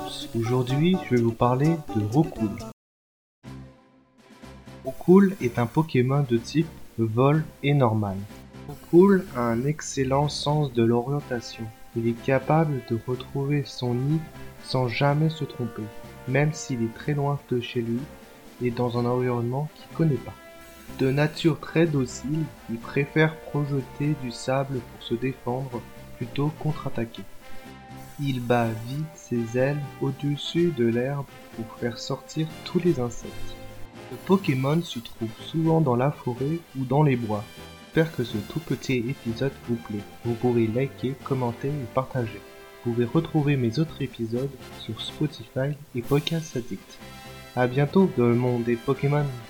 tous, aujourd'hui je vais vous parler de Roucoule. Roucoule est un Pokémon de type vol et normal. Roucoule a un excellent sens de l'orientation. Il est capable de retrouver son nid sans jamais se tromper, même s'il est très loin de chez lui et dans un environnement qu'il connaît pas. De nature très docile, il préfère projeter du sable pour se défendre plutôt contre-attaquer. Il bat vite ses ailes au-dessus de l'herbe pour faire sortir tous les insectes. Le Pokémon se trouve souvent dans la forêt ou dans les bois. J'espère que ce tout petit épisode vous plaît. Vous pourrez liker, commenter et partager. Vous pouvez retrouver mes autres épisodes sur Spotify et Podcast Addict. A bientôt dans le monde des Pokémon.